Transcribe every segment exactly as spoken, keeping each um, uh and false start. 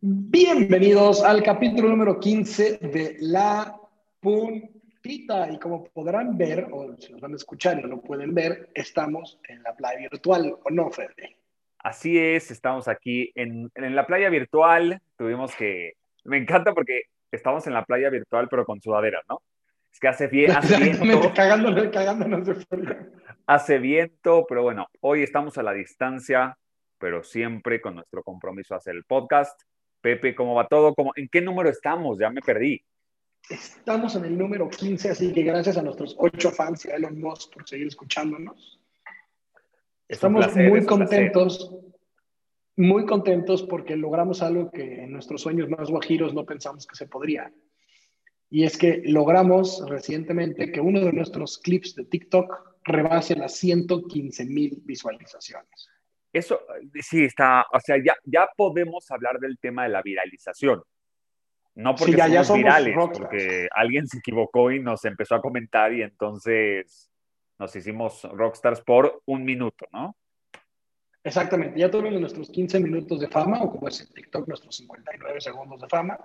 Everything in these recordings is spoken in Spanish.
Bienvenidos al capítulo número quince de La Puntita. Y como podrán ver, o si nos van a escuchar y no lo pueden ver, estamos en la playa virtual, ¿o no, Fede? Así es, estamos aquí en, en la playa virtual. Tuvimos que. Me encanta porque estamos en la playa virtual, pero con sudadera, ¿no? Es que hace, vie- hace Exactamente, viento, cagándonos, cagándonos de frío. hace viento, pero bueno, hoy estamos a la distancia, pero siempre con nuestro compromiso a hacer el podcast. Pepe, ¿cómo va todo? ¿Cómo, ¿En qué número estamos? Ya me perdí. Estamos en el número quince, así que gracias a nuestros ocho fans y a Elon Musk por seguir escuchándonos. Es un Estamos placer, muy es un placer. contentos, muy contentos porque logramos algo que en nuestros sueños más guajiros no pensamos que se podría. Y es que logramos recientemente que uno de nuestros clips de TikTok rebase las ciento quince mil visualizaciones. Eso sí está, o sea, ya, ya podemos hablar del tema de la viralización. No Sí, porque ya, ya somos somos virales, rockstars. porque alguien se equivocó y nos empezó a comentar y entonces nos hicimos rockstars por un minuto, ¿no? Exactamente, ya tuvimos nuestros quince minutos de fama, o como es en TikTok, nuestros cincuenta y nueve segundos de fama.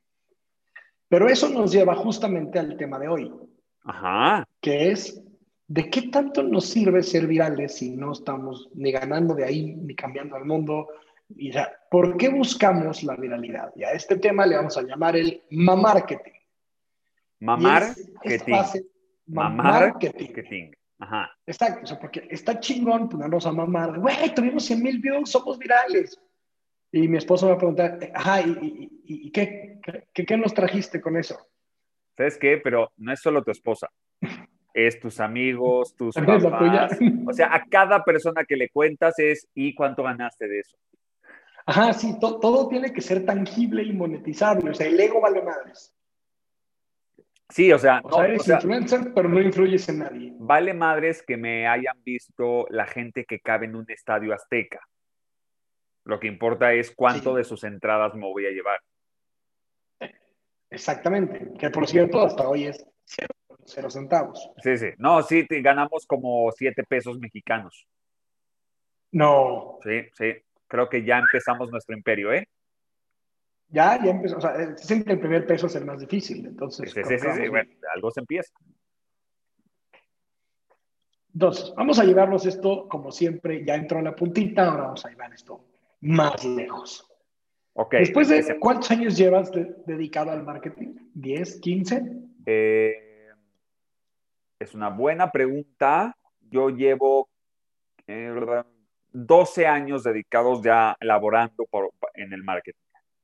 Pero eso nos lleva justamente al tema de hoy, Ajá. que es de qué tanto nos sirve ser virales si no estamos ni ganando de ahí, ni cambiando al mundo. Y ya, ¿por qué buscamos la viralidad? Y a este tema le vamos a llamar el mamarketing. Y Mamar, es esta marketing. base, Mamar, marketing. marketing. Ajá. Exacto, o sea, porque está chingón ponernos a mamar, güey, tuvimos cien mil views, somos virales. Y mi esposo me va a preguntar, ajá, ¿y, y, y, y qué, qué, qué nos trajiste con eso? ¿Sabes qué? Pero no es solo tu esposa, es tus amigos, tus ¿También es la tuya? papás. O sea, a cada persona que le cuentas es, ¿y cuánto ganaste de eso? Ajá, sí, to, todo tiene que ser tangible y monetizable, o sea, el ego vale madres. Sí, o sea, O no, sea, o eres sea, influencer, pero no influyes en nadie. vale madres que me hayan visto la gente que cabe en un estadio azteca. Lo que importa es cuánto Sí, de sus entradas me voy a llevar. exactamente. Que por cierto, hasta hoy es cero, cero centavos. Sí, sí. No, sí, te- ganamos como siete pesos mexicanos. No, Sí, sí. Creo que ya empezamos nuestro imperio, ¿eh? ya, ya empezó. O sea, dicen que el primer peso es el más difícil, Sí, entonces sí, sí, creo que sí, sí. vamos Bueno, bien. de algo se empieza. Entonces, vamos a llevarnos esto, como siempre, ya entró en la puntita, ahora vamos a llevar esto más lejos. Ok, Después de empecemos. cuántos años llevas de, dedicado al marketing, ¿diez, quince? Eh, es una buena pregunta. Yo llevo eh, doce años dedicados ya laborando por, en el marketing.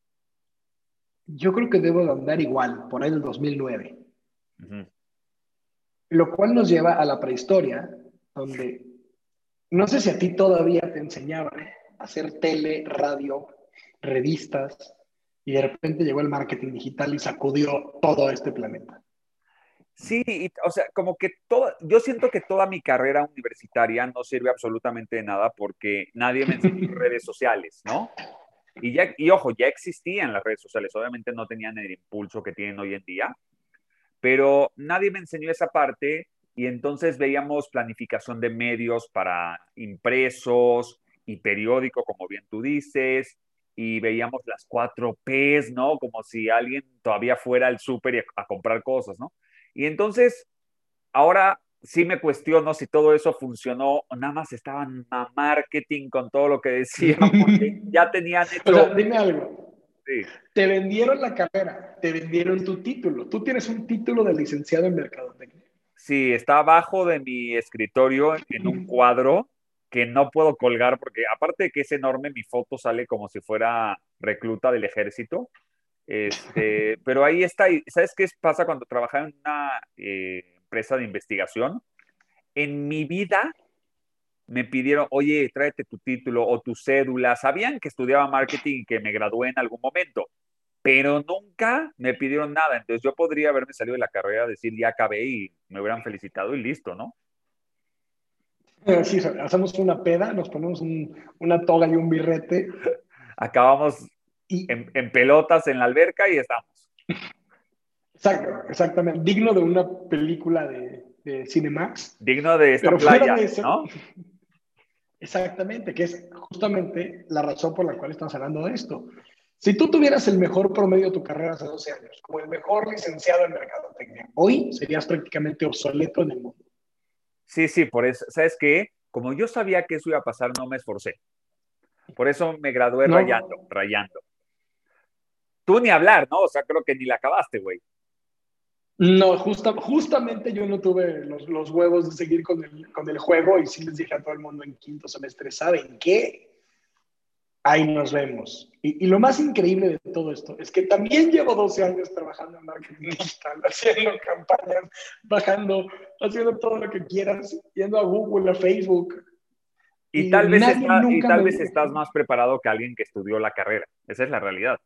Yo creo que debo de andar igual, por ahí del dos mil nueve. Ujú. Lo cual nos lleva a la prehistoria, donde no sé si a ti todavía te enseñaban a hacer tele, radio, revistas, y de repente llegó el marketing digital y sacudió todo este planeta. Sí, y, o sea, como que toda, yo siento que toda mi carrera universitaria no sirve absolutamente de nada porque nadie me enseñó redes sociales, ¿no? Y, ya, y ojo, ya existían las redes sociales, obviamente no tenían el impulso que tienen hoy en día, pero nadie me enseñó esa parte y entonces veíamos planificación de medios para impresos y periódico, como bien tú dices, y veíamos las cuatro P's, ¿no? Como si alguien todavía fuera al súper a, a comprar cosas, ¿no? Y entonces, ahora sí me cuestiono si todo eso funcionó o nada más estaban a marketing con todo lo que decían, porque ya tenían O sea, hecho, dime algo. sí, Te vendieron la carrera, te vendieron tu título. Tú tienes un título de licenciado en mercadotecnia. sí, está abajo de mi escritorio en un cuadro que no puedo colgar porque aparte de que es enorme, mi foto sale como si fuera recluta del ejército. Este, pero ahí está. Y ¿sabes qué pasa cuando trabajaba en una eh, empresa de investigación? En mi vida me pidieron, oye, tráete tu título o tu cédula. Sabían que estudiaba marketing y que me gradué en algún momento, pero nunca me pidieron nada. Entonces yo podría haberme salido de la carrera, decir ya acabé y me hubieran felicitado y listo, ¿no? Sí, hacemos una peda, nos ponemos un, una toga y un birrete Acabamos y, en, en pelotas en la alberca y estamos. exacto, exactamente, digno de una película de, de Cinemax, Digno de esta pero fuera playa, de eso, ¿no? exactamente, que es justamente la razón por la cual estamos hablando de esto. Si tú tuvieras el mejor promedio de tu carrera hace doce años, como el mejor licenciado en mercadotecnia, hoy serías prácticamente obsoleto en el mundo. Sí, sí, por eso, ¿sabes qué? Como yo sabía que eso iba a pasar, no me esforcé. Por eso me gradué rayando, No, rayando. Tú ni hablar, ¿no? O sea, creo que ni la acabaste, güey. no, justa, justamente yo no tuve los, los huevos de seguir con el, con el juego y sí les dije a todo el mundo en quinto semestre, ¿saben qué? Ahí nos vemos. Y, y lo más increíble de todo esto es que también llevo doce años trabajando en marketing digital, haciendo campañas, bajando, haciendo todo lo que quieras, yendo a Google, a Facebook. Y Y tal vez nadie está, y nunca tal me... vez estás más preparado que alguien que estudió la carrera. Esa es la realidad.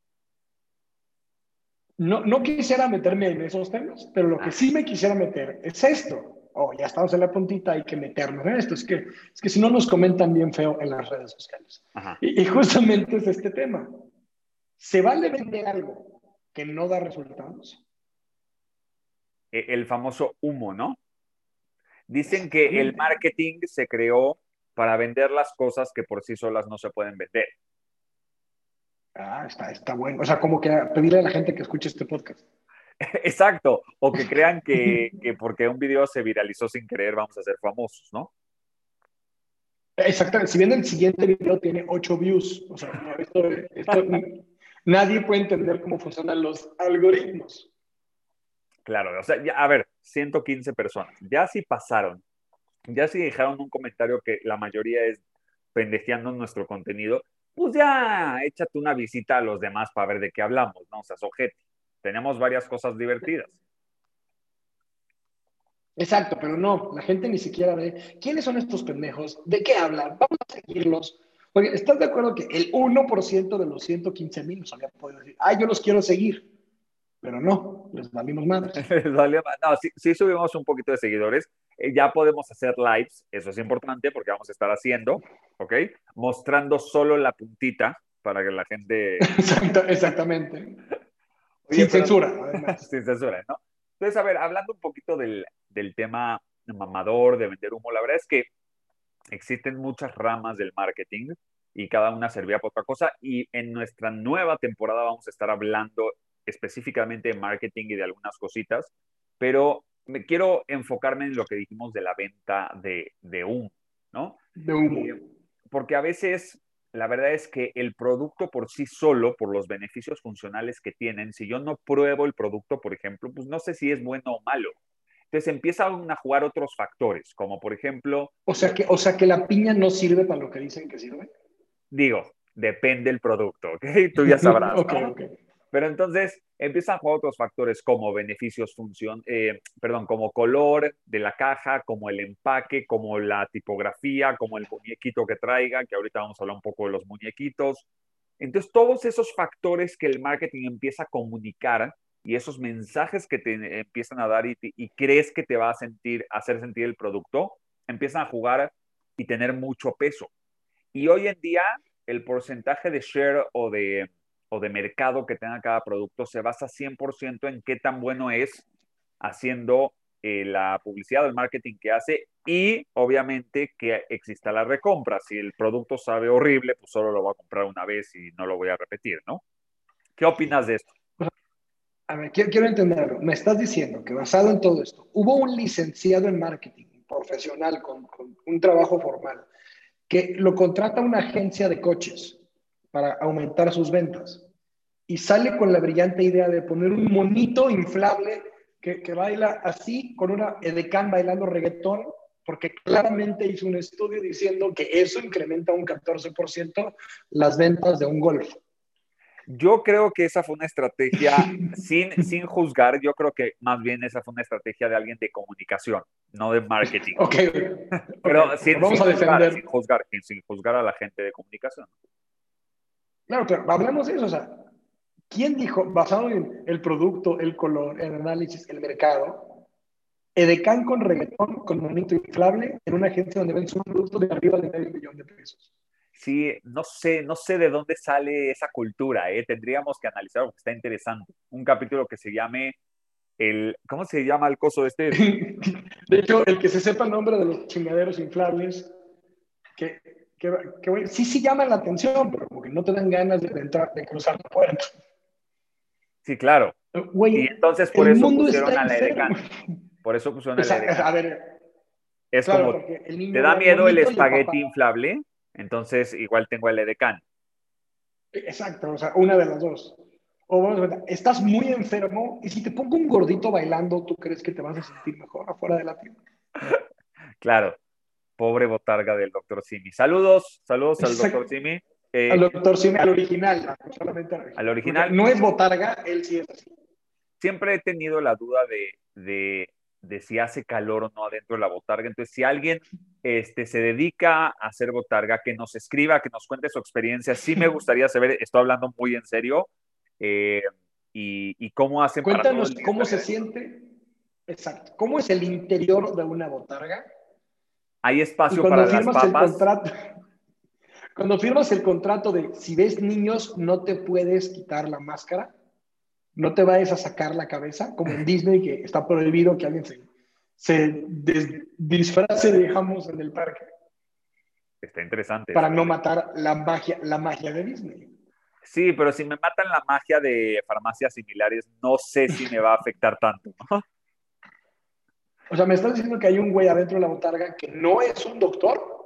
No, no quisiera meterme en esos temas, pero lo que Ah, sí me quisiera meter es esto. Oh, ya estamos en la puntita, hay que meternos en esto. Es que, es que si no nos comentan bien feo en las redes sociales. ajá. Y, y justamente es este tema. ¿Se vale vender algo que no da resultados? E- El famoso humo, ¿no? Dicen que el Exactamente. marketing se creó para vender las cosas que por sí solas no se pueden vender. Ah, está, está bueno. O sea, como que pedirle a la gente que escuche este podcast. Exacto. O que crean que, que porque un video se viralizó sin querer vamos a ser famosos, ¿no? Exactamente. Si bien el siguiente video tiene ocho views, o sea, no, esto, esto, nadie puede entender cómo funcionan los algoritmos. Claro, o sea, ya, a ver, ciento quince personas. Ya si pasaron, ya si dejaron un comentario que la mayoría es pendejeando nuestro contenido, pues ya échate una visita a los demás para ver de qué hablamos, ¿no? O sea, sojete. Tenemos varias cosas divertidas. Exacto, pero no, la gente ni siquiera ve quiénes son estos pendejos, de qué hablan, vamos a seguirlos. Porque estás de acuerdo que el uno por ciento de los ciento quince mil nos había podido decir, ah, yo los quiero seguir, pero no, les valimos madres. No, sí, sí subimos un poquito de seguidores. Eh, ya podemos hacer lives, eso es importante porque vamos a estar haciendo, ¿ok? Mostrando solo la puntita para que la gente... Exacto, exactamente. Oye, Sin pero censura, además. sin censura, ¿no? Entonces, a ver, hablando un poquito del, del tema mamador, de vender humo, la verdad es que existen muchas ramas del marketing y cada una servía para otra cosa. Y en nuestra nueva temporada vamos a estar hablando específicamente de marketing y de algunas cositas, pero me quiero enfocarme en lo que dijimos de la venta de, de humo, ¿no? De humo. Eh, porque a veces la verdad es que el producto por sí solo, por los beneficios funcionales que tienen, si yo no pruebo el producto, por ejemplo, pues no sé si es bueno o malo. Entonces empiezan a jugar otros factores, como por ejemplo, O sea, que, o sea que la piña no sirve para lo que dicen que sirve. digo, depende el producto, ¿ok? Tú ya sabrás, Ok, ¿no? ok. Pero entonces empiezan a jugar otros factores como beneficios, función, eh, perdón, como color de la caja, como el empaque, como la tipografía, como el muñequito que traiga, que ahorita vamos a hablar un poco de los muñequitos. Entonces, todos esos factores que el marketing empieza a comunicar y esos mensajes que te empiezan a dar y, te, y crees que te va a sentir, a hacer sentir el producto, empiezan a jugar y tener mucho peso. Y hoy en día, el porcentaje de share o de, o de mercado que tenga cada producto se basa cien por ciento en qué tan bueno es haciendo eh, la publicidad o el marketing que hace y obviamente que exista la recompra. Si el producto sabe horrible, pues solo lo voy a comprar una vez y no lo voy a repetir, ¿no? ¿Qué opinas de esto? A ver, quiero, quiero entenderlo. Me estás diciendo que basado en todo esto, hubo un licenciado en marketing profesional con, con un trabajo formal que lo contrata una agencia de coches para aumentar sus ventas y sale con la brillante idea de poner un monito inflable que, que baila así con una edecán bailando reggaetón porque claramente hizo un estudio diciendo que eso incrementa un catorce por ciento las ventas de un Golf. Yo creo que esa fue una estrategia, sin, sin juzgar, yo creo que más bien esa fue una estrategia de alguien de comunicación, no de marketing. Ok, ok, Pero ok, sin, sin vamos a juzgar, sin defender. juzgar, sin juzgar a la gente de comunicación. Claro, claro, hablemos de eso. O sea, ¿quién dijo, basado en el producto, el color, el análisis, el mercado, edecán con reggaetón, con monito inflable, en una agencia donde vende un producto de arriba de medio millón de pesos? Sí, no sé, no sé de dónde sale esa cultura, ¿eh? Tendríamos que analizar porque está interesante. Un capítulo que se llame el, ¿cómo se llama el coso este? El, De hecho, el que se sepa el nombre de los chingaderos inflables, que que, que, sí, sí llaman la atención, pero como que no te dan ganas de entrar, de cruzar la puerta. Sí, claro. Güey, y entonces por el eso mundo pusieron está a la enfermo. edecán. Por eso pusieron a la Esa, edecán. a ver, Es claro, como, porque el ¿te niño da ve al miedo el monito y el papá. espagueti inflable? Entonces igual tengo el edecán. Exacto, o sea, una de las dos. O vamos a estás muy enfermo y si te pongo un gordito bailando, ¿tú crees que te vas a sentir mejor afuera de la tienda? Claro, pobre botarga del doctor Simi. Saludos, saludos al doctor Exacto. Simi. Al Eh, doctor Simi, al original, no solamente al al original. Porque original. no es botarga, él sí es así. Siempre he tenido la duda de, de, de si hace calor o no adentro de la botarga. Entonces, si alguien este, se dedica a hacer botarga, que nos escriba, que nos cuente su experiencia. Sí me gustaría saber, estoy hablando muy en serio, eh, y, y cómo hacen para todo Cuéntanos el día cómo estar ahí se adentro. siente, exacto, cómo es el interior de una botarga. Hay Y espacio para cuando las firmas el papas. contrato, cuando firmas el contrato de si ves niños, no te puedes quitar la máscara, no te vayas a sacar la cabeza, como en Disney, que está prohibido que alguien se, se des, disfrace de Hamos en el parque Está interesante para eso, no ¿eh? matar la magia, la magia de Disney. Sí, pero si me matan la magia de farmacias similares, no sé si me va a afectar tanto, ¿no? O sea, me estás diciendo que hay un güey adentro de la botarga que no es un doctor.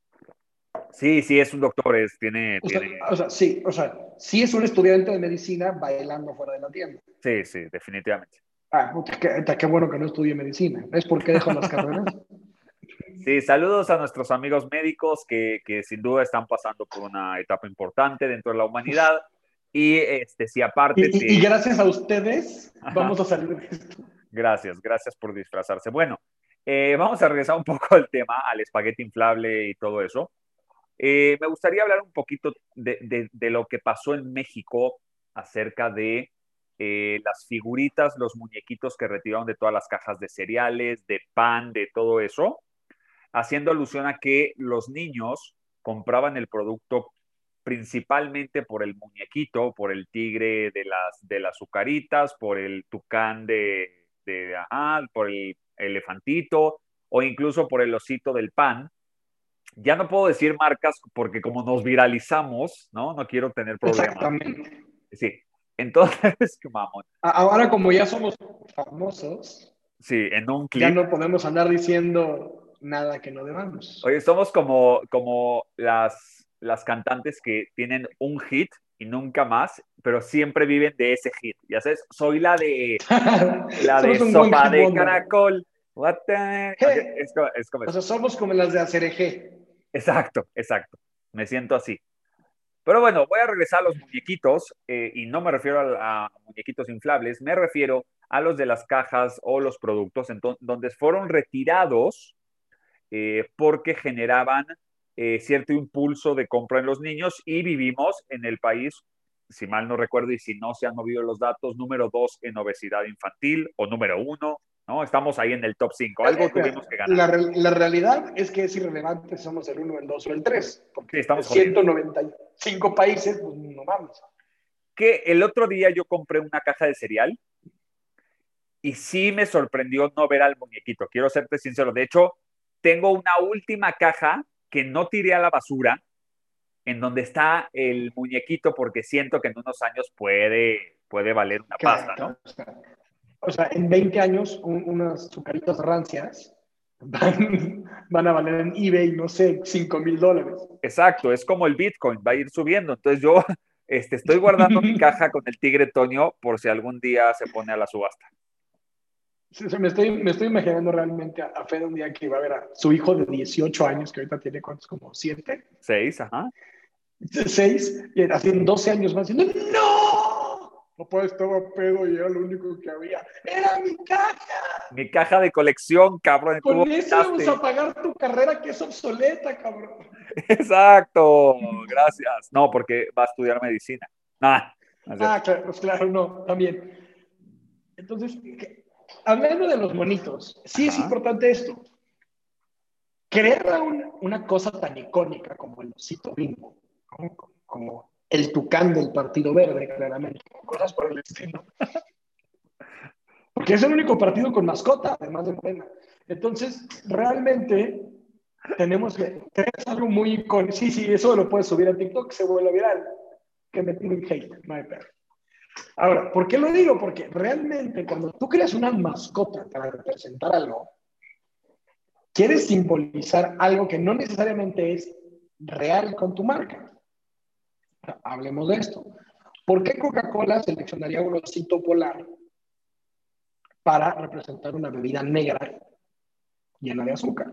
Sí, sí, es un doctor, es, tiene, O sea, tiene, o sea, sí, o sea, sí es un estudiante de medicina bailando fuera de la tienda. sí, sí, definitivamente. Ah, puta, qué, qué bueno que no estudie medicina. ¿Ves por qué dejo las carreras? Sí, saludos a nuestros amigos médicos que, que sin duda están pasando por una etapa importante dentro de la humanidad. Y este, si Y, aparte y, y te... gracias a ustedes Ajá, vamos a salir de esto. gracias, gracias por disfrazarse. Bueno, eh, vamos a regresar un poco al tema, al espagueti inflable y todo eso. Eh, me gustaría hablar un poquito de, de, de, lo que pasó en México acerca de eh, las figuritas, los muñequitos que retiraron de todas las cajas de cereales, de pan, de todo eso, haciendo alusión a que los niños compraban el producto principalmente por el muñequito, por el tigre de las, de las azucaritas, por el tucán de, de ah, por el elefantito o incluso por el osito del pan. Ya no puedo decir marcas porque como nos viralizamos, ¿no? No quiero tener problemas. Exactamente. Sí. Entonces, mamón. Ahora, como ya somos famosos, Sí, en un ya clip. no podemos andar diciendo nada que no debamos. Oye, somos como, como las, las cantantes que tienen un hit y nunca más, pero siempre viven de ese hit. Ya sabes, soy la de la de Somos un one sopa hit de wonder. caracol. What the... Okay, Hey, es como, es como o eso. sea, somos como las de Acereje. Exacto, exacto. Me siento así. Pero bueno, voy a regresar a los muñequitos, eh, y no me refiero a, a, muñequitos inflables, me refiero a los de las cajas o los productos en donde fueron retirados eh, porque generaban eh, cierto impulso de compra en los niños y vivimos en el país, si mal no recuerdo y si no se han movido los datos, número dos en obesidad infantil o número uno, ¿no? Estamos ahí en el top cinco, algo tuvimos que ganar. La, la realidad es que es irrelevante si somos el uno, el dos o el tres, Sí, porque de estamos jodidos. ciento noventa y cinco países, pues no vamos. Que el otro día yo compré una caja de cereal y sí me sorprendió no ver al muñequito, quiero serte sincero. De hecho, tengo una última caja que no tiré a la basura, en donde está el muñequito, porque siento que en unos años puede, puede valer una pasta, ¿no? Claro, o sea, o sea, en veinte años, un, unas sucaritas rancias van, van a valer en eBay, no sé, cinco mil dólares. Exacto, es como el Bitcoin, va a ir subiendo. Entonces yo este, estoy guardando mi caja con el tigre Toño por si algún día se pone a la subasta. Sí, o sea, me, estoy, me estoy imaginando realmente a, a Fede un día que va a ver a su hijo de dieciocho años, que ahorita tiene cuántos, como siete, Seis, ajá. seis, y así en doce años más, diciendo, ¡no! Papá estaba pedo y era lo único que había. ¡Era mi caja! Mi caja de colección, cabrón, ¿cómo Con eso íbamos pensaste? a pagar tu carrera que es obsoleta, cabrón. Exacto, gracias. No, porque va a estudiar medicina. Nah, no es cierto. Ah, claro, pues claro, no, también. Entonces, hablando de los monitos, sí es Ajá. importante esto. Crear un, una cosa tan icónica como el osito Bimbo, como, como el tucán del Partido Verde, claramente, cosas por el estilo. Porque es el único partido con mascota, además de Morena. Entonces, realmente tenemos que, creas algo muy con, sí, sí, eso lo puedes subir a TikTok, se vuelve viral, que me tienen hate, no hay pedo. Ahora, ¿por qué lo digo? Porque realmente cuando tú creas una mascota para representar algo, quieres simbolizar algo que no necesariamente es real con tu marca. Hablemos de esto. ¿Por qué Coca-Cola seleccionaría un osito polar para representar una bebida negra llena de azúcar?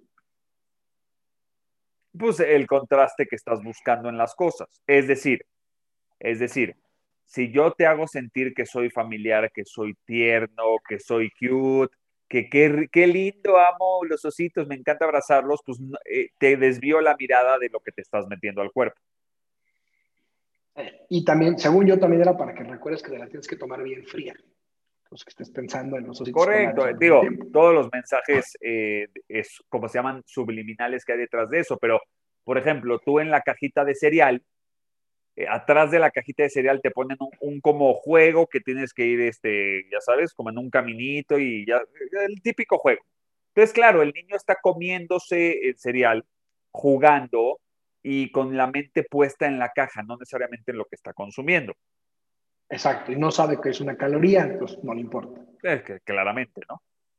Pues el contraste que estás buscando en las cosas. Es decir, es decir, si yo te hago sentir que soy familiar, que soy tierno, que soy cute, que qué, qué lindo, amo los ositos, me encanta abrazarlos, pues eh, te desvío la mirada de lo que te estás metiendo al cuerpo. Y también, según yo, también era para que recuerdes que te la tienes que tomar bien fría. Pues que estés pensando en los ositos Correcto, polares eh, al mismo digo, tiempo. todos los mensajes, eh, es, como se llaman, subliminales que hay detrás de eso, pero, por ejemplo, tú en la cajita de cereal, eh, atrás de la cajita de cereal te ponen un, un, como juego que tienes que ir, este, ya sabes, como en un caminito y ya, el típico juego. Entonces, claro, el niño está comiéndose el cereal, jugando y con la mente puesta en la caja, no necesariamente en lo que está consumiendo. Exacto, y no sabe que es una caloría, pues no le importa. Es que, claramente, ¿no?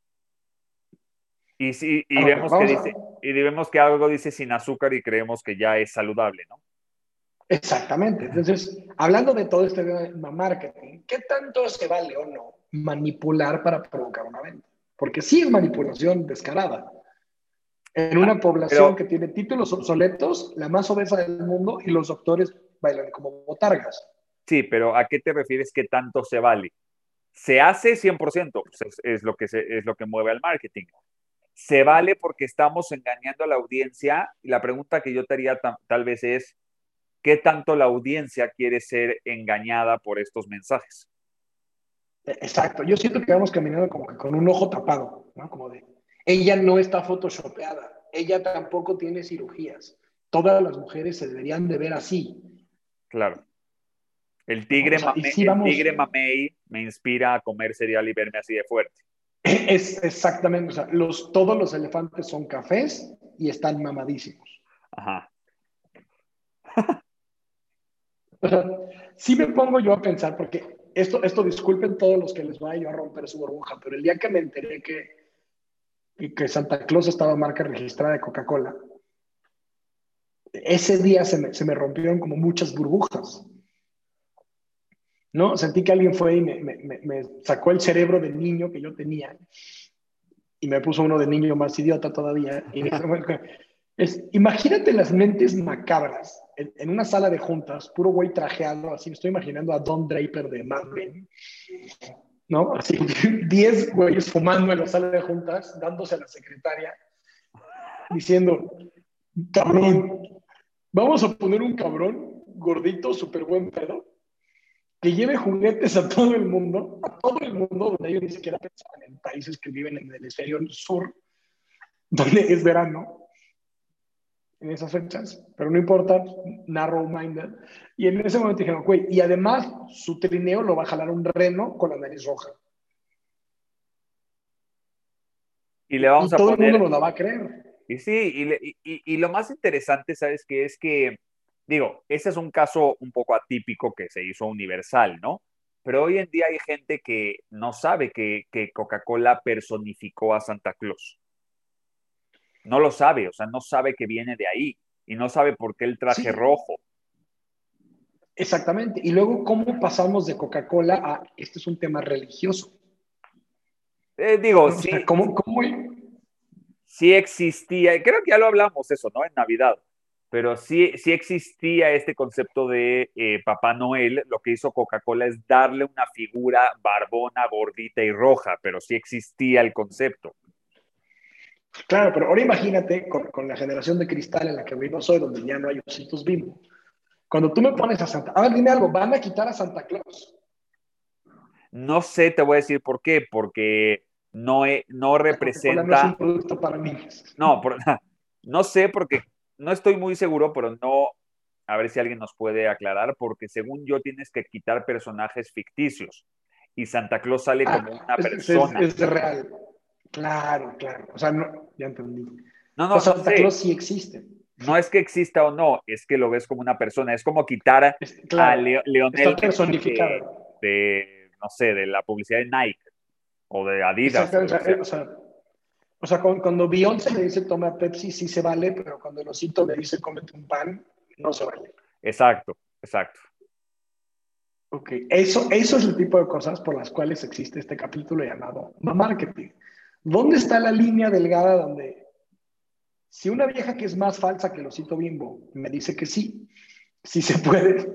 Y, si, y Ahora, vemos que vamos a... dice, y vemos que algo dice sin azúcar y creemos que ya es saludable, ¿no? Exactamente. Entonces, hablando de todo este tema marketing, ¿qué tanto se vale o no manipular para provocar una venta? Porque sí es manipulación descarada. En Ah, una población pero que tiene títulos obsoletos, la más obesa del mundo, y los doctores bailan como botargas. sí, pero ¿a qué te refieres que tanto se vale? Se hace cien por ciento, pues es, es, lo que se, es lo que mueve al marketing. Se vale porque estamos engañando a la audiencia y la pregunta que yo te haría tal, tal vez es, ¿qué tanto la audiencia quiere ser engañada por estos mensajes? Exacto. Yo siento que vamos caminando como que con un ojo tapado, ¿no? Como de, ella no está photoshopeada, ella tampoco tiene cirugías. Todas las mujeres se deberían de ver así, Claro. El ¿no? O tigre, sea, y mame, sí el vamos, tigre mamey me inspira a comer cereal y verme así de fuerte. es exactamente, o sea, los, todos los elefantes son cafés y están mamadísimos. Ajá. O sea, sí me pongo yo a pensar, porque esto, esto disculpen todos los que les vaya yo a romper su burbuja, pero el día que me enteré que, que Santa Claus estaba marca registrada de Coca-Cola, ese día se me, se me rompieron como muchas burbujas, ¿no? Sentí que alguien fue y me, me, me sacó el cerebro del niño que yo tenía y me puso uno de niño más idiota todavía. Y dije, bueno, es, imagínate las mentes macabras en, en, una sala de juntas, puro güey trajeado, así me estoy imaginando a Don Draper de Mad Men, ¿no? Así, diez güeyes fumando en la sala de juntas, dándose a la secretaria, diciendo, cabrón, vamos a poner un cabrón gordito, súper buen pedo, que lleve juguetes a todo el mundo, a todo el mundo, donde ellos ni siquiera pensaban en países que viven en el hemisferio sur, donde es verano, en esas fechas, pero no importa, narrow-minded. Y en ese momento dijeron, güey, y además su trineo lo va a jalar un reno con la nariz roja. Y le vamos Y a todo el mundo poner, nos la va a creer. y sí, y, le, y, y, lo más interesante, ¿sabes qué? Es que, digo, ese es un caso un poco atípico que se hizo universal, ¿no? Pero hoy en día hay gente que no sabe que, que Coca-Cola personificó a Santa Claus. No lo sabe, o sea, no sabe que viene de ahí y no sabe por qué el traje Sí, rojo. exactamente. Y luego, ¿cómo pasamos de Coca-Cola a este es un tema religioso? Eh, digo, ¿No? O sea, sí, ¿cómo, cómo? sí existía, creo que ya lo hablamos eso, ¿no? En Navidad, pero sí, sí existía este concepto de eh, Papá Noel. Lo que hizo Coca-Cola es darle una figura barbona, gordita y roja, pero sí existía el concepto. Claro, pero ahora imagínate con, con, la generación de cristal en la que vivimos hoy, donde ya no hay ositos Bimbo. Cuando tú me pones a Santa... A ver, dime algo, ¿van a quitar a Santa Claus? No sé, te voy a decir por qué, porque no, he, no La Coca-Cola no es un representa, producto para niños. no, por, no sé, porque no estoy muy seguro, pero no, a ver si alguien nos puede aclarar, porque según yo tienes que quitar personajes ficticios y Santa Claus sale Ah, como una es, es, persona. es real. Claro, claro. O sea, no, ya entendí. No, no, Los no Santa sé. Claus sí existen. No es que exista o no, es que lo ves como una persona. Es como quitar Es- a claro, Leo- Leonel está Messi de, personificado. de, no sé, de la publicidad de Nike o de Adidas o de Exactamente. lo O que sea, eh, sea. o sea, o sea, cuando, cuando Beyoncé le dice toma Pepsi, sí se vale, pero cuando el osito le dice cómete un pan, no se vale. Exacto, exacto. Ok, eso, eso es el tipo de cosas por las cuales existe este capítulo llamado no marketing. ¿Dónde está la línea delgada donde si una vieja que es más falsa que el osito Bimbo me dice que sí, sí se puede,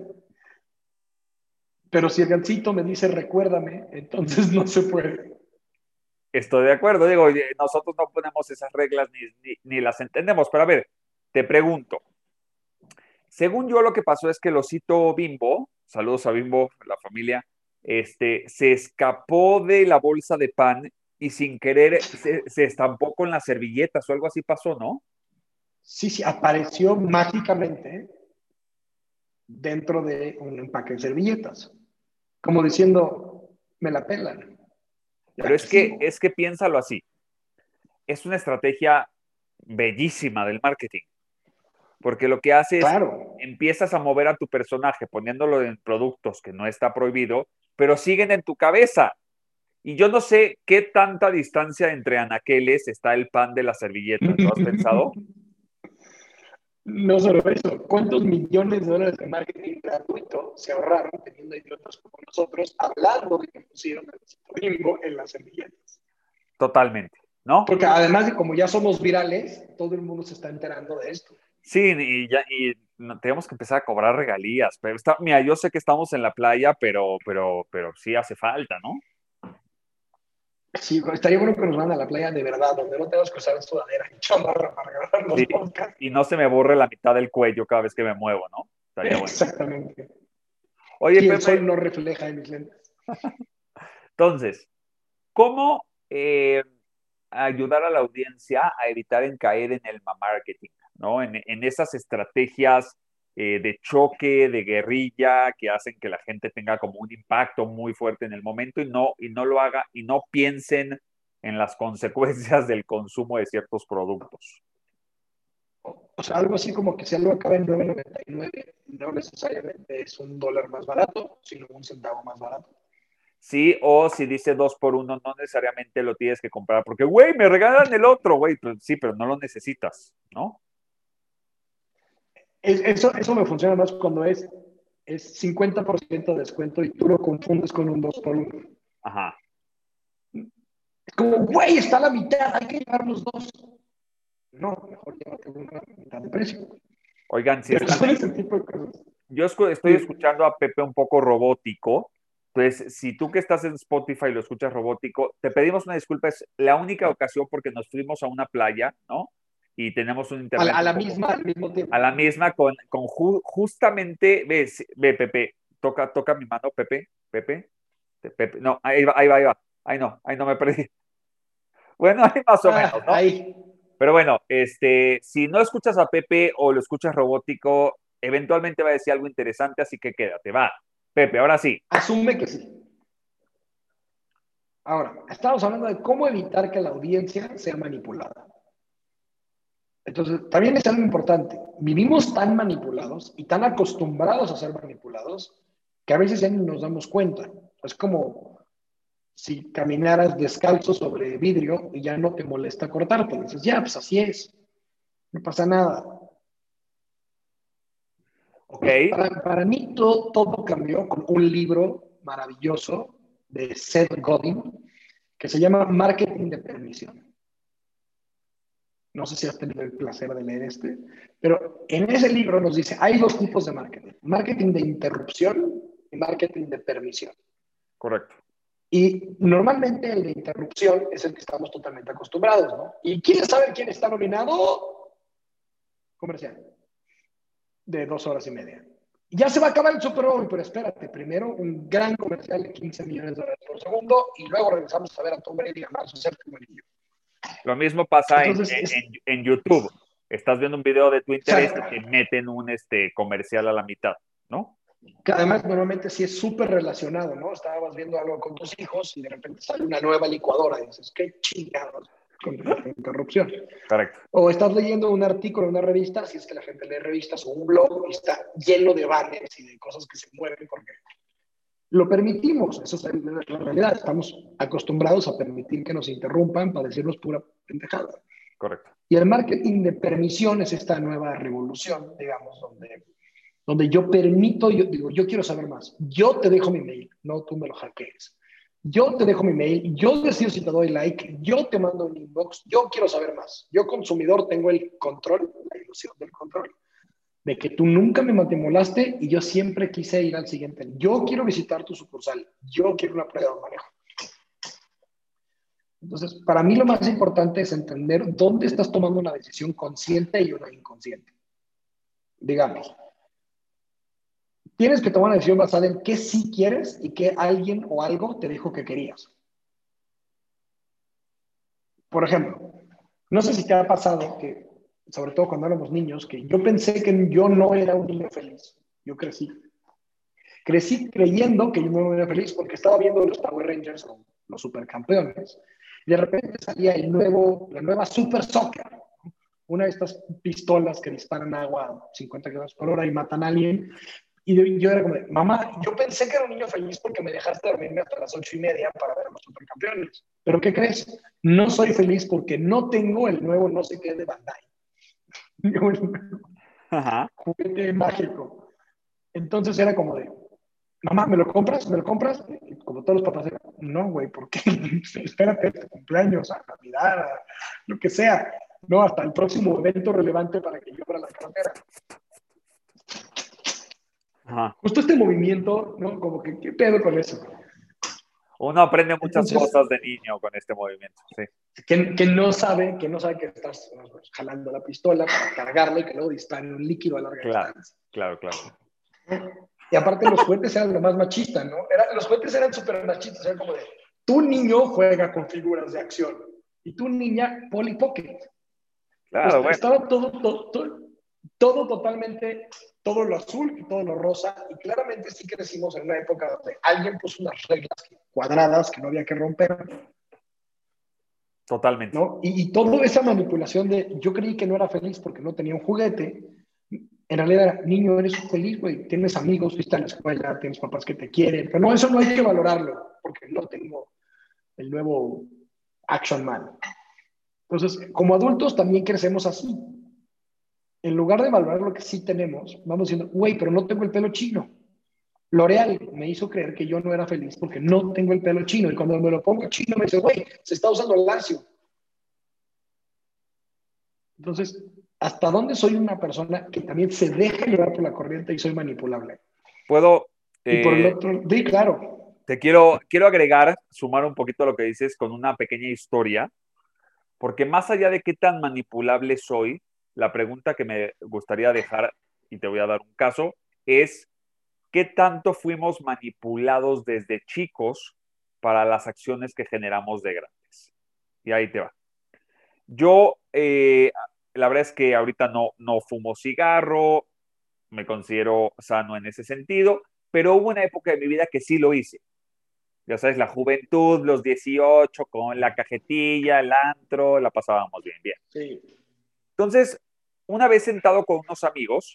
pero si el gancito me dice recuérdame, entonces no se puede? Estoy de acuerdo. Digo, oye, nosotros no ponemos esas reglas ni, ni, ni las entendemos. Pero a ver, te pregunto. Según yo, lo que pasó es que el osito Bimbo, saludos a Bimbo, la familia, este, se escapó de la bolsa de pan y sin querer se, se estampó con las servilletas o algo así pasó, ¿no? Sí, sí, apareció mágicamente dentro de un empaque de servilletas, como diciendo, me la pelan, y Pero aquí es que, sigo. es que piénsalo así. Es una estrategia bellísima del marketing, porque lo que hace es, Claro, empiezas a mover a tu personaje poniéndolo en productos que no está prohibido, pero siguen en tu cabeza. Y yo no sé qué tanta distancia entre anaqueles está el pan de las servilletas. ¿Lo has pensado? no solo eso, ¿cuántos millones de dólares de marketing gratuito se ahorraron teniendo idiotas como nosotros hablando de que pusieron el Bimbo en las semilletas? Totalmente, ¿no? Porque además de como ya somos virales, todo el mundo se está enterando de esto. Sí, y ya y no- tenemos que empezar a cobrar regalías. Pero está, mira, yo sé que estamos en la playa, pero, pero, pero sí hace falta, ¿no? Sí, estaría bueno que nos van a la playa de verdad, donde no tengas que usar sudadera y chamarra para grabar los Sí. podcasts. Y no se me borre la mitad del cuello cada vez que me muevo, ¿no? Estaría bueno. Exactamente. Oye, Sí, el Pepe, sol no refleja en mis lentes. entonces, ¿cómo eh, ayudar a la audiencia a evitar en caer en el marketing, ¿no? En, en esas estrategias eh, de choque, de guerrilla, que hacen que la gente tenga como un impacto muy fuerte en el momento y no, y no lo haga y no piensen en las consecuencias del consumo de ciertos productos. O sea, algo así como que si algo acaba en nueve noventa y nueve, no necesariamente es un dólar más barato, sino un centavo más barato. Sí, o si dice dos por uno, no necesariamente lo tienes que comprar porque, güey, me regalan el otro, güey. Pues, sí, pero no lo necesitas, ¿no? Es, eso, eso me funciona más cuando es, es cincuenta por ciento de descuento y tú lo confundes con un dos por uno. Ajá. Es como, güey, está a la mitad, hay que llevar los dos. No, mejor llévate una a mitad de precio. Oigan, si Pero están son ese tipo de cosas. yo estoy Sí. escuchando a Pepe un poco robótico. Entonces, si tú que estás en Spotify lo escuchas robótico, te pedimos una disculpa. Es la única ocasión porque nos fuimos a una playa, ¿no? Y tenemos un A la, internet a un la poco misma, al mismo a tiempo. la misma con, con ju- justamente, ve, sí, ve, Pepe, toca, toca mi mano, Pepe, Pepe, Pepe, no, ahí va, ahí va, ahí va. Ahí no, ahí no me perdí. Bueno, ahí más o menos, Ah, ¿no? ahí. Pero bueno, este, si no escuchas a Pepe o lo escuchas robótico, eventualmente va a decir algo interesante, así que quédate, va. Pepe, ahora sí. Asume que sí. Ahora, estamos hablando de cómo evitar que la audiencia sea manipulada. Entonces, también es algo importante. Vivimos tan manipulados y tan acostumbrados a ser manipulados que a veces ya ni nos damos cuenta. Es como si caminaras descalzo sobre vidrio y ya no te molesta cortarte. Dices, ya, pues así es. No pasa nada. Ok, Para, para mí todo, todo cambió con un libro maravilloso de Seth Godin que se llama Marketing de Permisión. No sé si has tenido el placer de leer este, pero en ese libro nos dice, hay dos tipos de marketing, marketing de interrupción y marketing de permisión. correcto. Y normalmente el de interrupción es el que estamos totalmente acostumbrados, ¿no? ¿Y quieres saber quién está nominado? Comercial, de dos horas y media. Ya se va a acabar el Super Bowl, pero espérate, primero un gran comercial de quince millones de dólares por segundo y luego regresamos a ver a Tom Brady ganar su séptimo anillo. Lo mismo pasa en, Entonces, es, en, en YouTube. Estás viendo un video de tu o sea, interés y te meten un este, comercial a la mitad, ¿no? que además normalmente sí es súper relacionado, ¿no? Estabas viendo algo con tus hijos y de repente sale una nueva licuadora y dices, qué chingados. con interrupción. Correcto. O estás leyendo un artículo en una revista, si es que la gente lee revistas, o un blog y está lleno de banners y de cosas que se mueven porque lo permitimos. Eso es la realidad. Estamos acostumbrados a permitir que nos interrumpan para decirnos pura pendejada. Correcto. Y el marketing de permisión es esta nueva revolución, digamos, donde, donde yo permito, yo digo, yo quiero saber más. Yo te dejo mi mail, no tú me lo hackees. Yo te dejo mi mail, yo decido si te doy like, yo te mando un inbox, yo quiero saber más. Yo, consumidor, tengo el control, la ilusión del control, de que tú nunca me matemolaste y yo siempre quise ir al siguiente. Yo quiero visitar tu sucursal, yo quiero una prueba de manejo. Entonces, para mí lo más importante es entender dónde estás tomando una decisión consciente y una inconsciente. Digamos, tienes que tomar una decisión basada en qué sí quieres y qué alguien o algo te dijo que querías. Por ejemplo, no sé si te ha pasado que, sobre todo cuando éramos niños, que yo pensé que yo no era un niño feliz. Yo crecí. Crecí creyendo que yo no era feliz porque estaba viendo los Power Rangers o los supercampeones. Y de repente salía el nuevo, la nueva Super Soccer, una de estas pistolas que disparan agua a cincuenta kilómetros por hora y matan a alguien. Y yo, yo era como de, mamá, yo pensé que era un niño feliz porque me dejaste dormirme hasta las ocho y media para ver a los supercampeones. ¿Pero qué crees? No soy feliz porque no tengo el nuevo no sé qué de Bandai. Ajá. Juguete mágico. Entonces era como de, mamá, ¿me lo compras? ¿Me lo compras? Y como todos los papás eran, no, güey, ¿por qué? Espérate a tu cumpleaños, a Navidad, a lo que sea. No, hasta el próximo evento relevante para que yo abra la cartera. Ajá. Justo este movimiento, ¿no? Como que, ¿qué pedo con eso? Uno aprende muchas Entonces, cosas de niño con este movimiento, sí. que, que no sabe, que no sabe que estás jalando la pistola para cargarla y que luego dispare un líquido a larga Claro, distancia. claro, claro. Y aparte los juguetes eran lo más machista, ¿no? Era, los juguetes eran súper machistas, eran como de, tu niño juega con figuras de acción y tu niña Polly Pocket. Claro, Pues bueno. estaba todo, todo, todo, todo totalmente, todo lo azul y todo lo rosa, y claramente sí crecimos en una época donde alguien puso unas reglas cuadradas que no había que romper, Totalmente. ¿no? Y, y toda esa manipulación de yo creí que no era feliz porque no tenía un juguete, en realidad era, niño, eres feliz, güey, tienes amigos, fuiste a la escuela, tienes papás que te quieren, pero no, eso no hay que valorarlo, porque no tengo el nuevo Action Man. Entonces, como adultos también crecemos así. En lugar de valorar lo que sí tenemos, vamos diciendo, güey, pero no tengo el pelo chino. L'Oreal me hizo creer que yo no era feliz porque no tengo el pelo chino. Y cuando me lo pongo chino, me dice, güey, se está usando el lacio. Entonces, ¿hasta dónde soy una persona que también se deja llevar por la corriente y soy manipulable? Puedo, Y por el eh, otro, sí, claro. te quiero, quiero agregar, sumar un poquito a lo que dices con una pequeña historia, porque más allá de qué tan manipulable soy, la pregunta que me gustaría dejar, y te voy a dar un caso, es qué tanto fuimos manipulados desde chicos para las acciones que generamos de grandes. Y ahí te va. Yo, eh, la verdad es que ahorita no, no fumo cigarro, me considero sano en ese sentido, pero hubo una época de mi vida que sí lo hice. Ya sabes, la juventud, los dieciocho, con la cajetilla, el antro, la pasábamos bien, bien. Sí. Entonces, una vez sentado con unos amigos,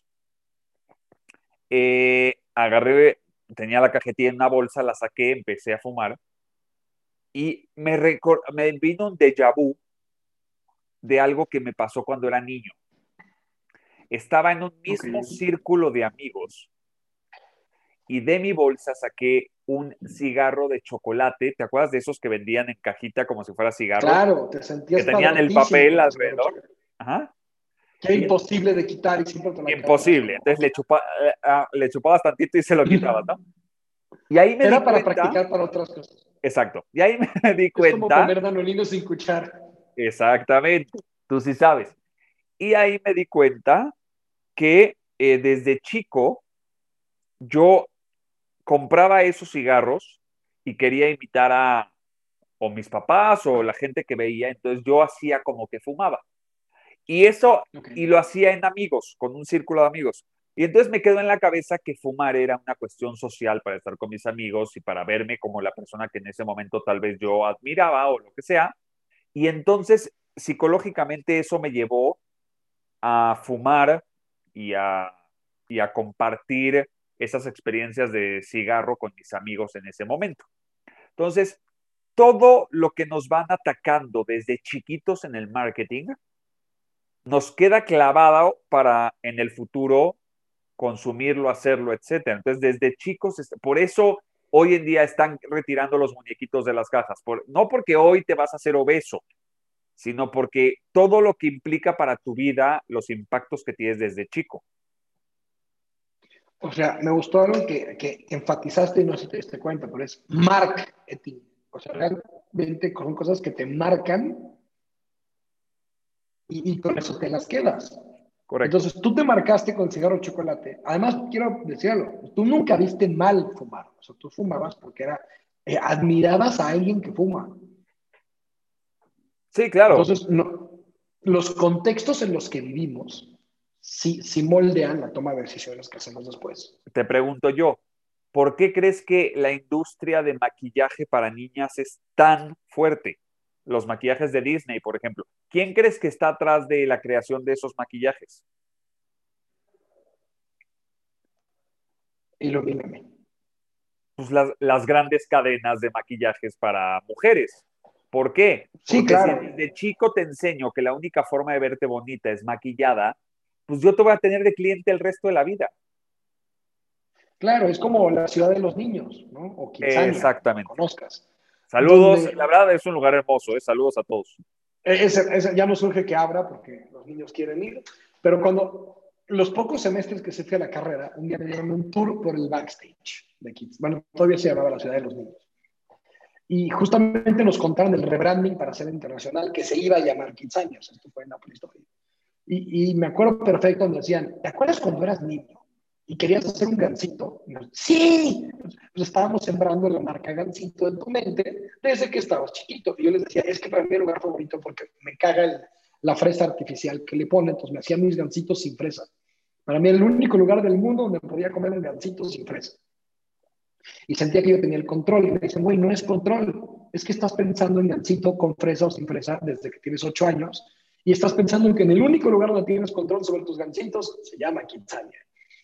eh, agarré, tenía la cajetilla en una bolsa, la saqué, empecé a fumar y me, me vino un déjà vu de algo que me pasó cuando era niño. Estaba en un mismo Okay. círculo de amigos y de mi bolsa saqué un cigarro de chocolate. ¿Te acuerdas de esos que vendían en cajita como si fuera cigarro? Claro, te Que sentías tenían el padrotísimo papel con el cigarro alrededor. chocolate. Ajá. Que era Y imposible de quitar y siempre te la acabas. imposible. Entonces le, chupa, uh, le chupabas tantito y se lo quitabas, ¿no? Y ahí me di Era para cuenta, practicar para otras cosas. exacto, y ahí me di Es como cuenta, comer danolino sin cuchara. exactamente, tú sí sabes. Y ahí me di cuenta que eh, desde chico yo compraba esos cigarros y quería invitar a o mis papás o la gente que veía, entonces yo hacía como que fumaba. Y eso, Okay. y lo hacía en amigos, con un círculo de amigos. Y entonces me quedó en la cabeza que fumar era una cuestión social para estar con mis amigos y para verme como la persona que en ese momento tal vez yo admiraba o lo que sea. Y entonces, psicológicamente, eso me llevó a fumar y a, y a compartir esas experiencias de cigarro con mis amigos en ese momento. Entonces, todo lo que nos van atacando desde chiquitos en el marketing nos queda clavado para en el futuro consumirlo, hacerlo, etcétera. Entonces, desde chicos, por eso hoy en día están retirando los muñequitos de las cajas. Por, no porque hoy te vas a hacer obeso, sino porque todo lo que implica para tu vida, los impactos que tienes desde chico. O sea, me gustó algo que, que enfatizaste y no sé si te diste cuenta, pero es marketing. O sea, realmente son cosas que te marcan y, y con eso te las quedas. Correcto. Entonces, tú te marcaste con cigarro de chocolate. Además, quiero decirlo, tú nunca viste mal fumar. O sea, tú fumabas porque era, eh, admirabas a alguien que fuma. Sí, claro. Entonces, no, los contextos en los que vivimos sí, sí moldean la toma de decisiones que hacemos después. Te pregunto yo, ¿por qué crees que la industria de maquillaje para niñas es tan fuerte? Los maquillajes de Disney, por ejemplo. ¿Quién crees que está atrás de la creación de esos maquillajes? Ilumíname. Pues las, las grandes cadenas de maquillajes para mujeres. ¿Por qué? Sí, Porque si claro. desde chico te enseño que la única forma de verte bonita es maquillada, pues yo te voy a tener de cliente el resto de la vida. Claro, es como la ciudad de los niños, ¿no? O Kitsania, como Exactamente. conozcas. Saludos, Donde la verdad es un lugar hermoso, ¿eh? Saludos a todos. ese, ese ya no surge que abra porque los niños quieren ir, pero cuando los pocos semestres que se fue a la carrera, un día me dieron un tour por el backstage de Kids. Bueno, todavía se llamaba la ciudad de los niños. Y justamente nos contaron el rebranding para ser internacional que se iba a llamar Kitsania. Esto fue en la prehistoria. Y, y me acuerdo perfecto donde decían, ¿te acuerdas cuando eras niño y querías hacer un gansito? Y nos, sí, pues estábamos sembrando la marca gansito en tu mente desde que estabas chiquito. Y yo les decía, es que para mí el lugar favorito porque me caga el, la fresa artificial que le ponen, entonces me hacían mis gansitos sin fresa. Para mí el único lugar del mundo donde podía comer un gansito sin fresa. Y sentía que yo tenía el control. Y me dicen, güey, no es control. Es que estás pensando en gansito con fresa o sin fresa desde que tienes ocho años. Y estás pensando que en el único lugar donde tienes control sobre tus gansitos se llama Kitsania.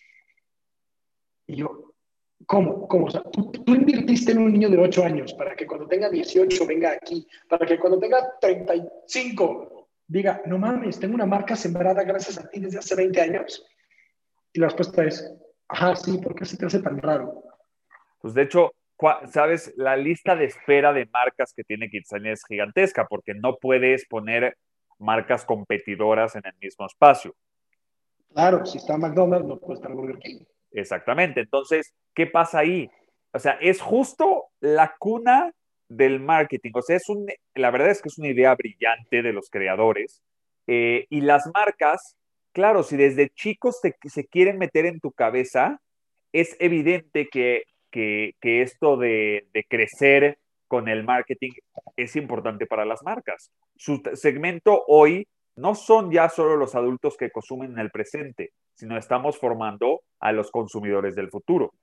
Y yo, ¿cómo? ¿Cómo? O sea, tú, tú invirtiste en un niño de ocho años para que cuando tenga dieciocho venga aquí, para que cuando tenga treinta y cinco diga, no mames, tengo una marca sembrada gracias a ti desde hace veinte años. Y la respuesta es, ajá, sí, ¿por qué se te hace tan raro? Pues de hecho, sabes, la lista de espera de marcas que tiene Kitsania es gigantesca porque no puedes poner marcas competidoras en el mismo espacio. Claro, si está McDonald's, no puede estar Burger King. Exactamente. Entonces, ¿qué pasa ahí? O sea, es justo la cuna del marketing. O sea, es un, la verdad es que es una idea brillante de los creadores. Eh, y las marcas, claro, si desde chicos te, se quieren meter en tu cabeza, es evidente que, que, que esto de, de crecer con el marketing es importante para las marcas. Su segmento hoy no son ya solo los adultos que consumen en el presente, sino estamos formando a los consumidores del futuro.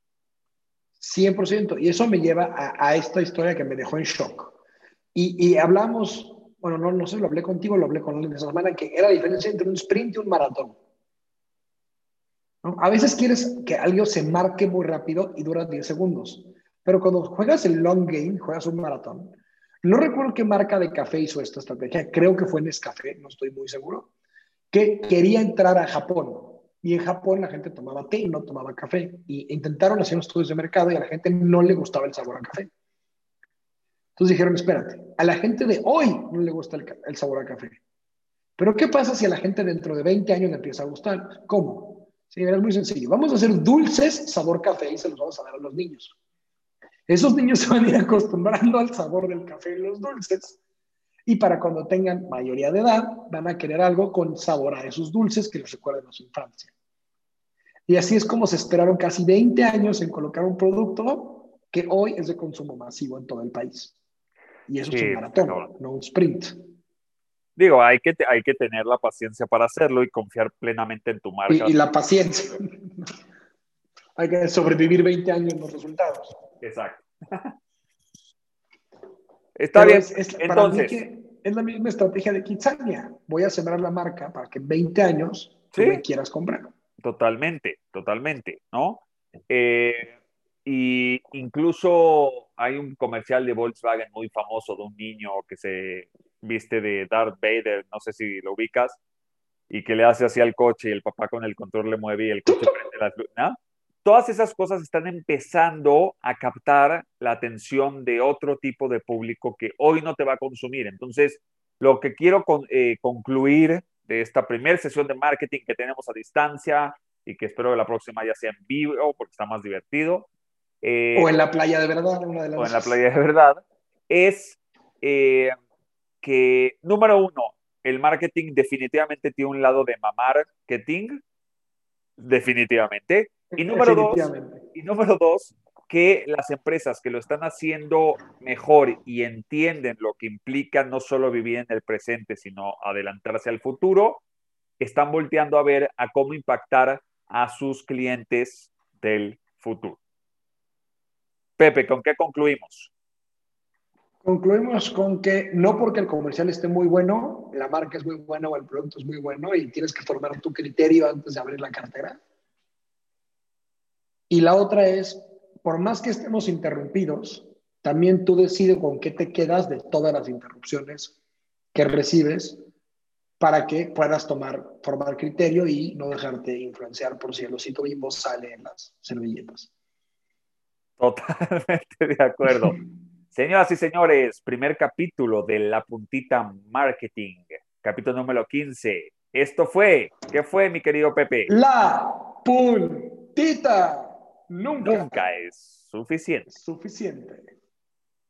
cien por ciento. Y eso me lleva a, a esta historia que me dejó en shock. Y, y hablamos, bueno, no, no sé, lo hablé contigo, lo hablé con alguien esa semana, que era la diferencia entre un sprint y un maratón. ¿No? A veces quieres que algo se marque muy rápido y dura diez segundos. Pero cuando juegas el long game, juegas un maratón, no recuerdo qué marca de café hizo esta estrategia, creo que fue Nescafé, no estoy muy seguro, que quería entrar a Japón. Y en Japón la gente tomaba té y no tomaba café. Y intentaron hacer unos estudios de mercado y a la gente no le gustaba el sabor a café. Entonces dijeron, espérate, a la gente de hoy no le gusta el, el sabor a café. Pero ¿qué pasa si a la gente dentro de veinte años le empieza a gustar? ¿Cómo? Sí, es muy sencillo. Vamos a hacer dulces sabor café y se los vamos a dar a los niños. Esos niños se van a ir acostumbrando al sabor del café y los dulces. Y para cuando tengan mayoría de edad, van a querer algo con sabor a esos dulces que les recuerden a su infancia. Y así es como se esperaron casi veinte años en colocar un producto que hoy es de consumo masivo en todo el país. Y eso Sí, es un está cabrón. maratón, no un sprint. Digo, hay que, hay que tener la paciencia para hacerlo y confiar plenamente en tu marca. Y, y la paciencia. Hay que sobrevivir veinte años en los resultados. Exacto. Está Pero bien. es, es para mí Entonces, que... es la misma estrategia de Kitsania. Voy a sembrar la marca para que en veinte años tú Sí, me quieras comprar. totalmente, totalmente, ¿no? Eh, y incluso hay un comercial de Volkswagen muy famoso de un niño que se viste de Darth Vader, no sé si lo ubicas, y que le hace así al coche y el papá con el control le mueve y el coche prende las luces, ¿no? Todas esas cosas están empezando a captar la atención de otro tipo de público que hoy no te va a consumir. Entonces, lo que quiero con, eh, concluir de esta primera sesión de marketing que tenemos a distancia y que espero que la próxima ya sea en vivo porque está más divertido, O eh, en la playa de verdad, una de o en las la dos. playa de verdad, es eh, que, número uno, el marketing definitivamente tiene un lado de marketing, definitivamente. Y número dos, Definitivamente. y número dos, que las empresas que lo están haciendo mejor y entienden lo que implica no solo vivir en el presente, sino adelantarse al futuro, están volteando a ver a cómo impactar a sus clientes del futuro. Pepe, ¿con qué concluimos? Concluimos con que no porque el comercial esté muy bueno, la marca es muy buena o el producto es muy bueno y tienes que formar tu criterio antes de abrir la cartera. Y la otra es, por más que estemos interrumpidos, también tú decides con qué te quedas de todas las interrupciones que recibes para que puedas tomar, formar criterio y no dejarte influenciar por si el osito Bimbo sale en las servilletas. Totalmente de acuerdo. Señoras y señores, primer capítulo de La Puntita Marketing, capítulo número quince. Esto fue, ¿qué fue, mi querido Pepe? La puntita nunca Nunca es suficiente. es suficiente.